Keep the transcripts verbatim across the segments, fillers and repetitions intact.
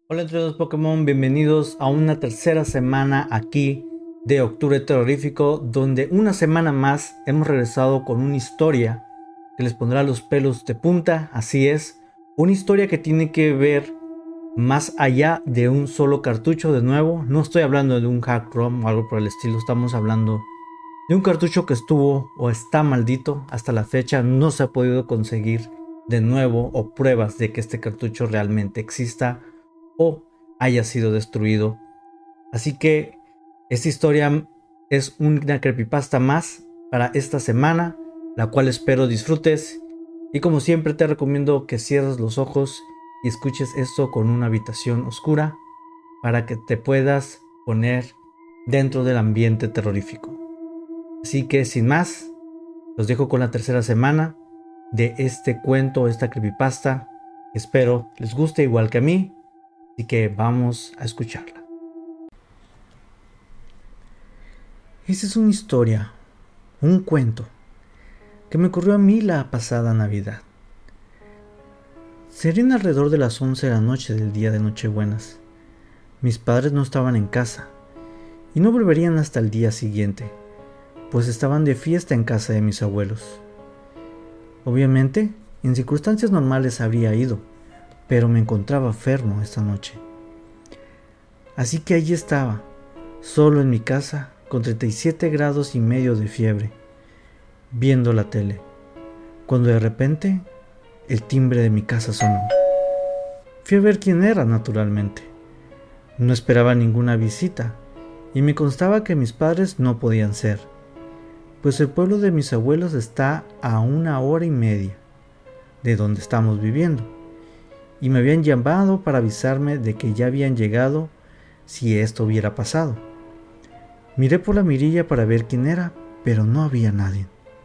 Hola entre los Pokémon, bienvenidos a una tercera semana aquí de Octubre Terrorífico, donde una semana más hemos regresado con una historia que les pondrá los pelos de punta. Así es, una historia que tiene que ver más allá de un solo cartucho. De nuevo, no estoy hablando de un hack ROM o algo por el estilo, estamos hablando de un cartucho que estuvo o está maldito hasta la fecha. No se ha podido conseguir de nuevo o pruebas de que este cartucho realmente exista o haya sido destruido. Así que esta historia es una creepypasta más para esta semana, la cual espero disfrutes. Y como siempre te recomiendo que cierres los ojos y escuches esto con una habitación oscura para que te puedas poner dentro del ambiente terrorífico. Así que sin más, los dejo con la tercera semana de este cuento, esta creepypasta. Espero les guste igual que a mí. Así que vamos a escucharla. Esta es una historia, un cuento, que me ocurrió a mí la pasada Navidad. Serían alrededor de las once de la noche del día de Nochebuenas. Mis padres no estaban en casa y no volverían hasta el día siguiente, pues estaban de fiesta en casa de mis abuelos. Obviamente, en circunstancias normales habría ido, pero me encontraba enfermo esta noche. Así que allí estaba, solo en mi casa, con treinta y siete grados y medio de fiebre, viendo la tele, cuando de repente el timbre de mi casa sonó. Fui a ver quién era, naturalmente. No esperaba ninguna visita, y me constaba que mis padres no podían ser, pues el pueblo de mis abuelos está a una hora y media de donde estamos viviendo, y me habían llamado para avisarme de que ya habían llegado si esto hubiera pasado. Miré por la mirilla para ver quién era, pero no había nadie.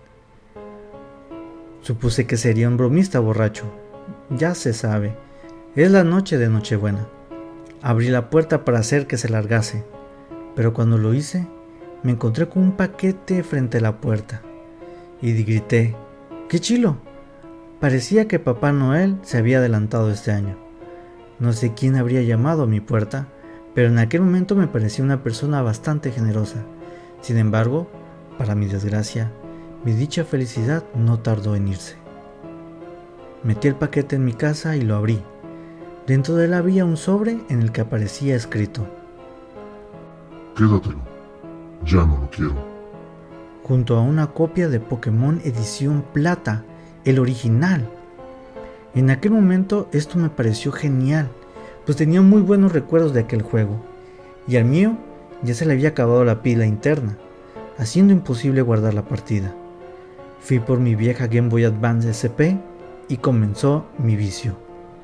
Supuse que sería un bromista borracho. Ya se sabe, es la noche de Nochebuena. Abrí la puerta para hacer que se largase, pero cuando lo hice, me encontré con un paquete frente a la puerta y grité: ¡qué chilo! Parecía que Papá Noel se había adelantado este año. No sé quién habría llamado a mi puerta, pero en aquel momento me parecía una persona bastante generosa. Sin embargo, para mi desgracia, mi dicha felicidad no tardó en irse. Metí el paquete en mi casa y lo abrí. Dentro de él había un sobre en el que aparecía escrito: Quédatelo, ya no lo quiero. Junto a una copia de Pokémon Edición Plata, el original. En aquel momento esto me pareció genial, pues tenía muy buenos recuerdos de aquel juego, y al mío ya se le había acabado la pila interna, haciendo imposible guardar la partida. Fui por mi vieja Game Boy Advance S P y comenzó mi vicio.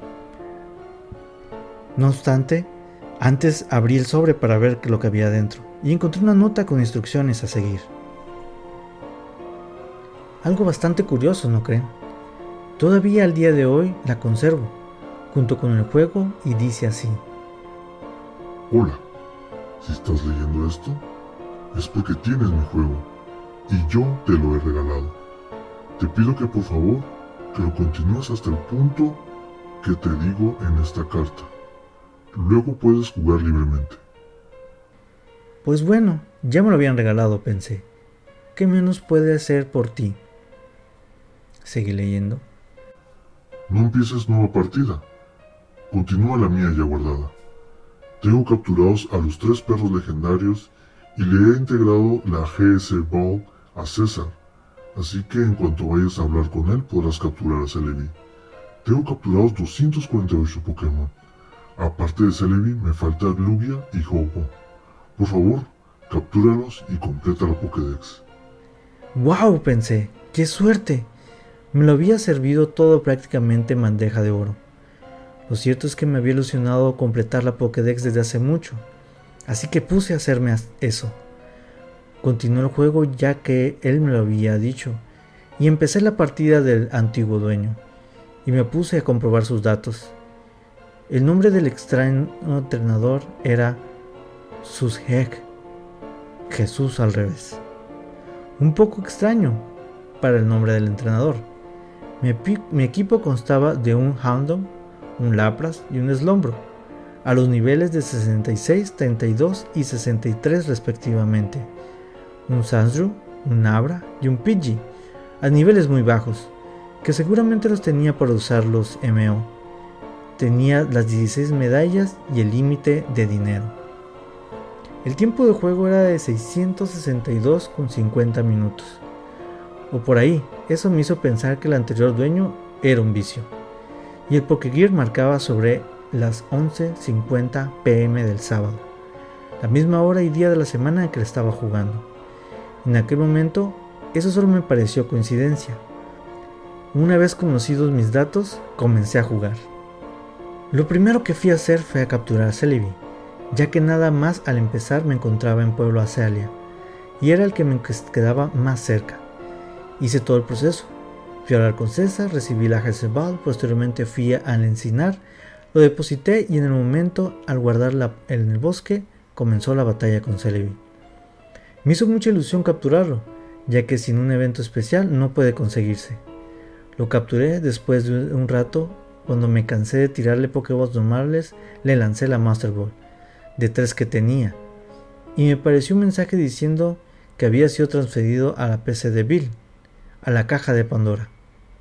No obstante, antes abrí el sobre para ver lo que había dentro, y encontré una nota con instrucciones a seguir. Algo bastante curioso, ¿no creen? Todavía al día de hoy la conservo, junto con el juego, y dice así: Hola, si estás leyendo esto, es porque tienes mi juego, y yo te lo he regalado. Te pido que por favor, que lo continúes hasta el punto que te digo en esta carta. Luego puedes jugar libremente. Pues bueno, ya me lo habían regalado, pensé. ¿Qué menos puede hacer por ti? Seguí leyendo. No empieces nueva partida. Continúa la mía ya guardada. Tengo capturados a los tres perros legendarios y le he integrado la G S Ball a César, así que en cuanto vayas a hablar con él podrás capturar a Celebi. Tengo capturados doscientos cuarenta y ocho Pokémon. Aparte de Celebi me falta Lugia y Ho-Oh. Por favor, captúralos y completa la Pokédex. ¡Wow! Pensé, ¡qué suerte! Me lo había servido todo prácticamente en bandeja de oro. Lo cierto es que me había ilusionado completar la Pokédex desde hace mucho, así que puse a hacerme eso. Continué el juego ya que él me lo había dicho, y empecé la partida del antiguo dueño, y me puse a comprobar sus datos. El nombre del extraño entrenador era Sushek, Jesús al revés. Un poco extraño para el nombre del entrenador. Mi, mi equipo constaba de un Houndoom, un Lapras y un Slombro, a los niveles de sesenta y seis, treinta y dos y sesenta y tres respectivamente, un Sandshrew, un Abra y un Pidgey, a niveles muy bajos, que seguramente los tenía para usar los M O. Tenía las dieciséis medallas y el límite de dinero. El tiempo de juego era de seiscientos sesenta y dos con cincuenta minutos. O por ahí, eso me hizo pensar que el anterior dueño era un vicio. Y el Pokégear marcaba sobre las once cincuenta pe eme del sábado, la misma hora y día de la semana en que le estaba jugando. En aquel momento, eso solo me pareció coincidencia. Una vez conocidos mis datos, comencé a jugar. Lo primero que fui a hacer fue a capturar a Celebi, ya que nada más al empezar me encontraba en Pueblo Azalea, y era el que me quedaba más cerca. Hice todo el proceso. Fui a hablar con César, recibí la Hexer Ball, posteriormente fui al Encinar, lo deposité y en el momento, al guardarla en el bosque, comenzó la batalla con Celebi. Me hizo mucha ilusión capturarlo, ya que sin un evento especial no puede conseguirse. Lo capturé después de un rato. Cuando me cansé de tirarle Pokéballs normales, le lancé la Master Ball, de tres que tenía, y me pareció un mensaje diciendo que había sido transferido a la P C de Bill, a la caja de Pandora.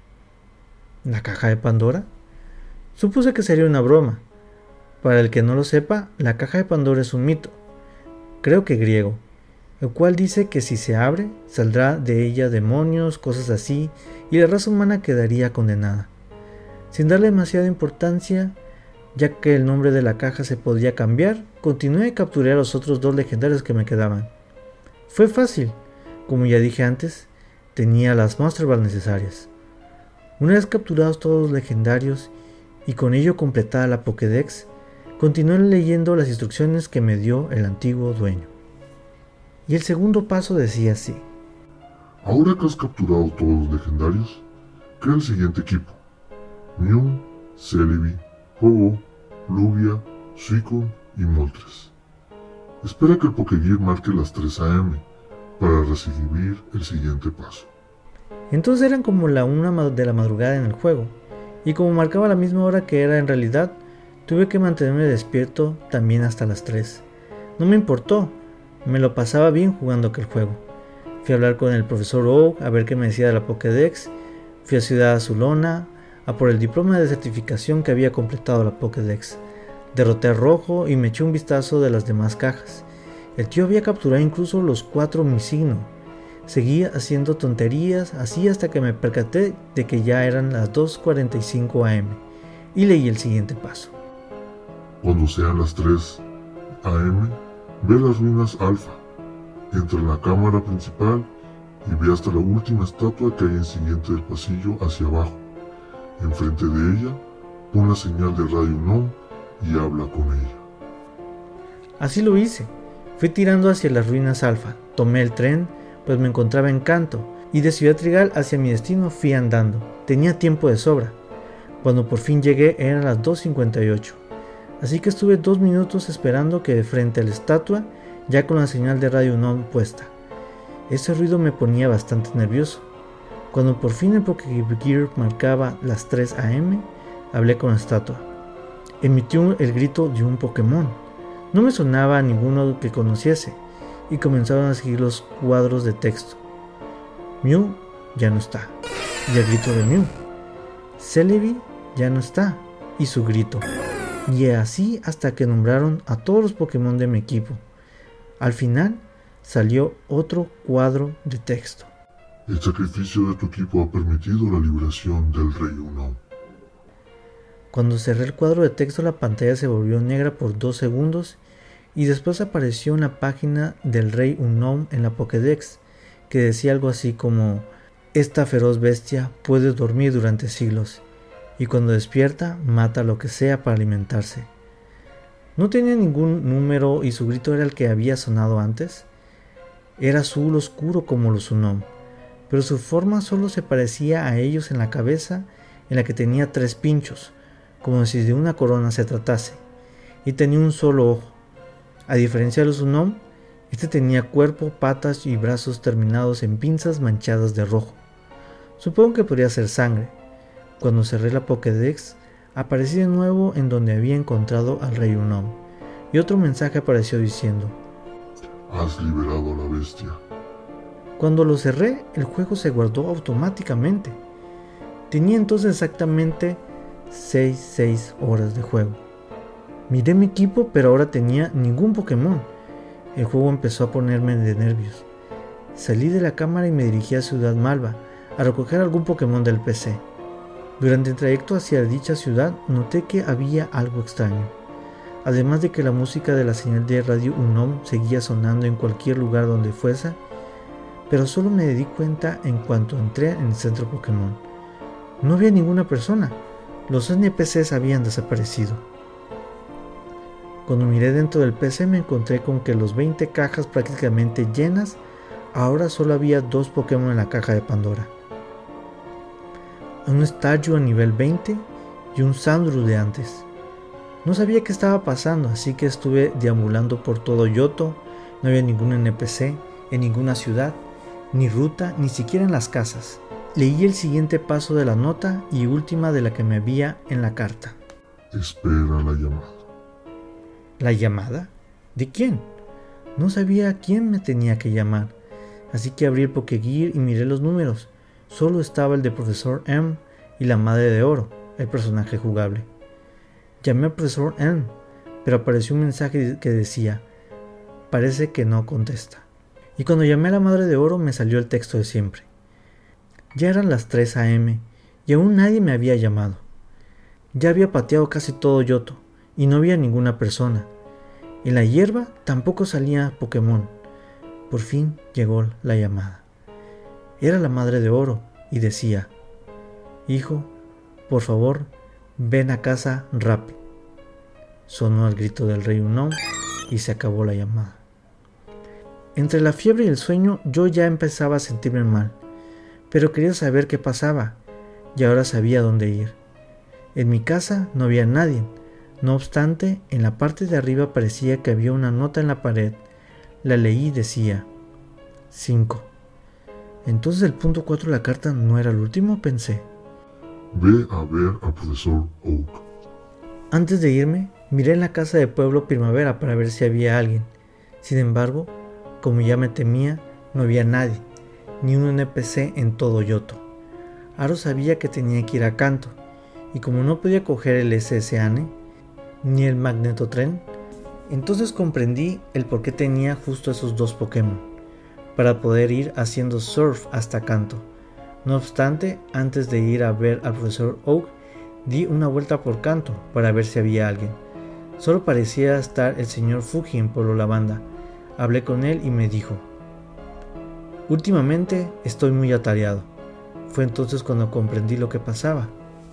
¿La caja de Pandora? Supuse que sería una broma. Para el que no lo sepa, la caja de Pandora es un mito, creo que griego, el cual dice que si se abre, saldrá de ella demonios, cosas así, y la raza humana quedaría condenada. Sin darle demasiada importancia, ya que el nombre de la caja se podía cambiar, continué y capturé a los otros dos legendarios que me quedaban. Fue fácil, como ya dije antes, tenía las Master Ball necesarias. Una vez capturados todos los legendarios y con ello completada la Pokédex, continué leyendo las instrucciones que me dio el antiguo dueño. Y el segundo paso decía así: ahora que has capturado todos los legendarios, crea el siguiente equipo: Mew, Celebi, Ho-Oh, Lugia, Suicune y Moltres. Espera que el Pokégear marque las tres a eme para recibir el siguiente paso. Entonces eran como la una de la madrugada en el juego, y como marcaba la misma hora que era en realidad, tuve que mantenerme despierto también hasta las tres. No me importó, me lo pasaba bien jugando aquel juego. Fui a hablar con el profesor Oak a ver qué me decía de la Pokédex, fui a Ciudad Azulona a por el diploma de certificación que había completado la Pokédex. Derroté a Rojo y me eché un vistazo de las demás cajas. El tío había capturado incluso los cuatro Misigno. Seguía haciendo tonterías así hasta que me percaté de que ya eran las dos cuarenta y cinco a eme y leí el siguiente paso. Cuando sean las tres a eme, ve las ruinas Alfa, entra en la cámara principal y ve hasta la última estatua que hay en siguiente del pasillo hacia abajo. Enfrente de ella, pon la señal de Radio Gnome y habla con ella. Así lo hice. Fui tirando hacia las ruinas Alfa, tomé el tren, pues me encontraba en Kanto, y de Ciudad Trigal hacia mi destino fui andando. Tenía tiempo de sobra. Cuando por fin llegué eran las dos cincuenta y ocho, así que estuve dos minutos esperando que de frente a la estatua, ya con la señal de Radio Gnome puesta. Ese ruido me ponía bastante nervioso. Cuando por fin el Pokégear marcaba las tres a eme, hablé con la estatua. Emitió el grito de un Pokémon. No me sonaba a ninguno que conociese, y comenzaron a seguir los cuadros de texto. Mew ya no está, y el grito de Mew. Celebi ya no está, y su grito. Y así hasta que nombraron a todos los Pokémon de mi equipo. Al final salió otro cuadro de texto. El sacrificio de tu equipo ha permitido la liberación del Rey Unown. Cuando cerré el cuadro de texto, la pantalla se volvió negra por dos segundos y después apareció una página del Rey Unown en la Pokédex que decía algo así como: esta feroz bestia puede dormir durante siglos y cuando despierta mata lo que sea para alimentarse. No tenía ningún número y su grito era el que había sonado antes. Era azul oscuro como los Unown, pero su forma solo se parecía a ellos en la cabeza, en la que tenía tres pinchos, como si de una corona se tratase, y tenía un solo ojo. A diferencia de los Unown, este tenía cuerpo, patas y brazos terminados en pinzas manchadas de rojo. Supongo que podría ser sangre. Cuando cerré la Pokédex, Aparecí de nuevo en donde había encontrado al rey Unom, y otro mensaje apareció diciendo: Has liberado a la bestia. Cuando lo cerré, el juego se guardó automáticamente. Tenía entonces exactamente seis horas de juego. Miré mi equipo, pero ahora tenía ningún Pokémon. El juego empezó a ponerme de nervios. Salí de la cámara y me dirigí a Ciudad Malva a recoger algún Pokémon del P C. Durante el trayecto hacia dicha ciudad noté que había algo extraño. Además de que la música de la señal de radio Unom seguía sonando en cualquier lugar donde fuese, pero solo me di cuenta en cuanto entré en el centro Pokémon. No había ninguna persona. Los N P Cs habían desaparecido. Cuando miré dentro del P C me encontré con que los veinte cajas prácticamente llenas, ahora solo había dos Pokémon en la caja de Pandora. Un Staryu a nivel veinte y un Sandru de antes. No sabía qué estaba pasando, así que estuve deambulando por todo Yoto. No había ningún N P C en ninguna ciudad, ni ruta, ni siquiera en las casas. Leí el siguiente paso de la nota y última de la que me había en la carta. Espera la llamada. ¿La llamada? ¿De quién? No sabía a quién me tenía que llamar, así que abrí el Pokégear y miré los números. Solo estaba el de Profesor M y la Madre de Oro, el personaje jugable. Llamé al Profesor M, pero apareció un mensaje que decía: parece que no contesta. Y cuando llamé a la Madre de Oro me salió el texto de siempre. Ya eran las tres a eme y aún nadie me había llamado. Ya había pateado casi todo Yoto y no había ninguna persona. En la hierba tampoco salía Pokémon. Por fin llegó la llamada. Era la Madre de Oro y decía: hijo, por favor, ven a casa rápido. Sonó el grito del rey Unom y se acabó la llamada. Entre la fiebre y el sueño yo ya empezaba a sentirme mal, pero quería saber qué pasaba y ahora sabía dónde ir. En mi casa no había nadie. No obstante, en la parte de arriba parecía que había una nota en la pared. La leí y decía cinco. Entonces el punto cuatro de la carta no era el último, pensé. Ve a ver al profesor Oak. Antes de irme, miré en la casa de Pueblo Primavera para ver si había alguien. Sin embargo, como ya me temía, no había nadie, ni un N P C en todo Yoto. Aro sabía que tenía que ir a Kanto, y como no podía coger el S S A N E, ni el Magnetotren, entonces comprendí el por qué tenía justo esos dos Pokémon, para poder ir haciendo surf hasta Kanto. No obstante, antes de ir a ver al profesor Oak, di una vuelta por Kanto para ver si había alguien. Solo parecía estar el señor Fuji en Pueblo Lavanda. Hablé con él y me dijo: últimamente estoy muy atareado. Fue entonces cuando comprendí lo que pasaba.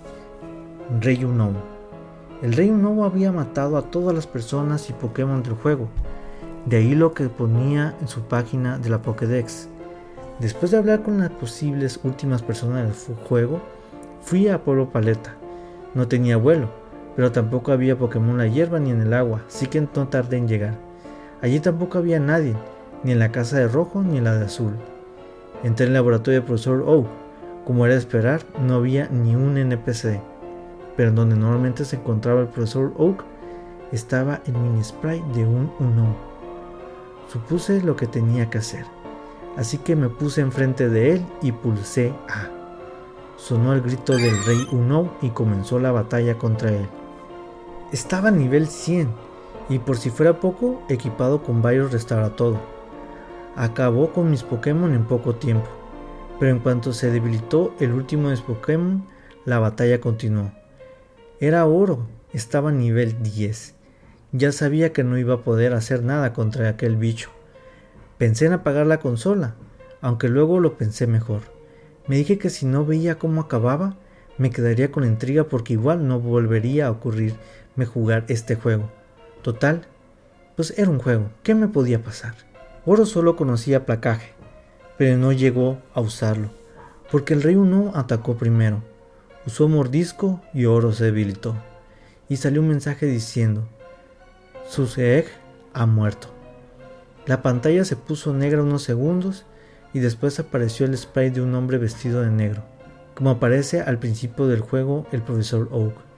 Rey Unom. El rey Unom había matado a todas las personas y Pokémon del juego. De ahí lo que ponía en su página de la Pokédex. Después de hablar con las posibles últimas personas del juego, fui a Pueblo Paleta. No tenía vuelo, pero tampoco había Pokémon en la hierba ni en el agua, así que no tardé en llegar. Allí tampoco había nadie, ni en la casa de rojo ni en la de azul. Entré en el laboratorio del profesor Oak. Como era de esperar, no había ni un N P C, pero en donde normalmente se encontraba el profesor Oak estaba el mini sprite de un Unom. Supuse lo que tenía que hacer, así que me puse enfrente de él y pulsé A. Sonó el grito del rey Unom y comenzó la batalla contra él. Estaba a nivel cien y, por si fuera poco, equipado con varios restauratodo. Acabó con mis Pokémon en poco tiempo, pero en cuanto se debilitó el último de mis Pokémon, la batalla continuó. Era oro, estaba a nivel diez. Ya sabía que no iba a poder hacer nada contra aquel bicho. Pensé en apagar la consola, aunque luego lo pensé mejor. Me dije que si no veía cómo acababa, me quedaría con la intriga porque igual no volvería a ocurrirme jugar este juego. Total, pues era un juego, ¿qué me podía pasar? Oro solo conocía placaje, pero no llegó a usarlo, porque el rey Unom atacó primero. Usó mordisco y Oro se debilitó, y salió un mensaje diciendo: Suseeg ha muerto. La pantalla se puso negra unos segundos y después apareció el sprite de un hombre vestido de negro, como aparece al principio del juego el profesor Oak,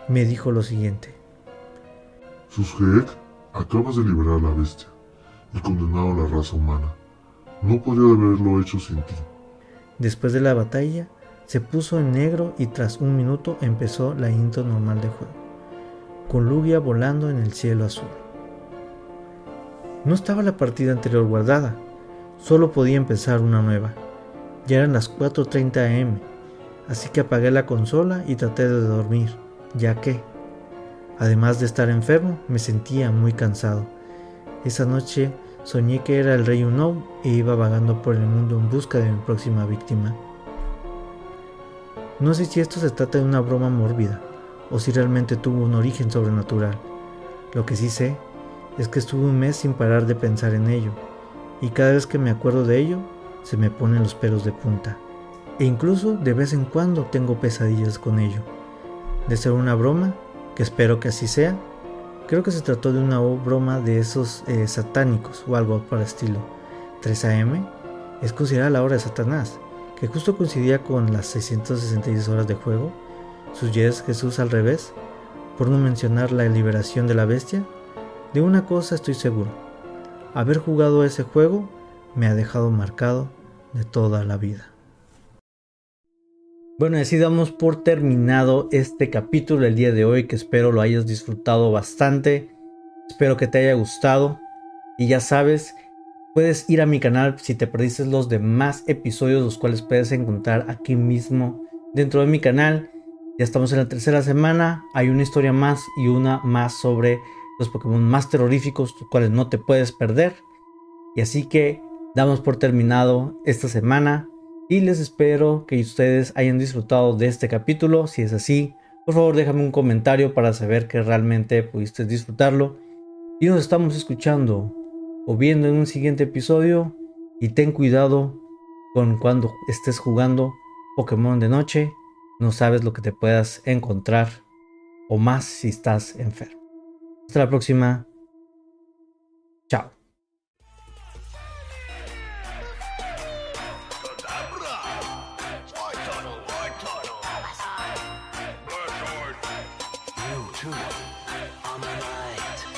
me dijo lo siguiente. Susgeek, acabas de liberar a la bestia y condenado a la raza humana. No podría haberlo hecho sin ti. Después de la batalla, se puso en negro y tras un minuto empezó la intro normal de juego, con Lugia volando en el cielo azul. No estaba la partida anterior guardada, solo podía empezar una nueva. Ya eran las cuatro treinta a eme, así que apagué la consola y traté de dormir, ya que, además de estar enfermo, me sentía muy cansado. Esa noche soñé que era el rey Unown e iba vagando por el mundo en busca de mi próxima víctima. No sé si esto se trata de una broma mórbida o si realmente tuvo un origen sobrenatural. Lo que sí sé es que estuve un mes sin parar de pensar en ello, y cada vez que me acuerdo de ello, se me ponen los pelos de punta, e incluso de vez en cuando tengo pesadillas con ello. De ser una broma, que espero que así sea, creo que se trató de una broma de esos eh, satánicos o algo por el estilo. tres a eme es considerada la hora de Satanás, que justo coincidía con las seiscientas sesenta y seis horas de juego. Sugiere Jesús al revés, por no mencionar la liberación de la bestia. De una cosa estoy seguro, haber jugado ese juego me ha dejado marcado de toda la vida. Bueno, y así damos por terminado este capítulo del día de hoy, que espero lo hayas disfrutado bastante, espero que te haya gustado, y ya sabes, puedes ir a mi canal si te perdiste los demás episodios, los cuales puedes encontrar aquí mismo dentro de mi canal. Ya estamos en la tercera semana, hay una historia más y una más sobre los Pokémon más terroríficos, los cuales no te puedes perder. Y así que damos por terminado esta semana y les espero que ustedes hayan disfrutado de este capítulo. Si es así, por favor déjame un comentario para saber que realmente pudiste disfrutarlo. Y nos estamos escuchando o viendo en un siguiente episodio. Y ten cuidado con cuando estés jugando Pokémon de noche. No sabes lo que te puedas encontrar, o más si estás enfermo. Hasta la próxima. Chao. You too, Ammonite.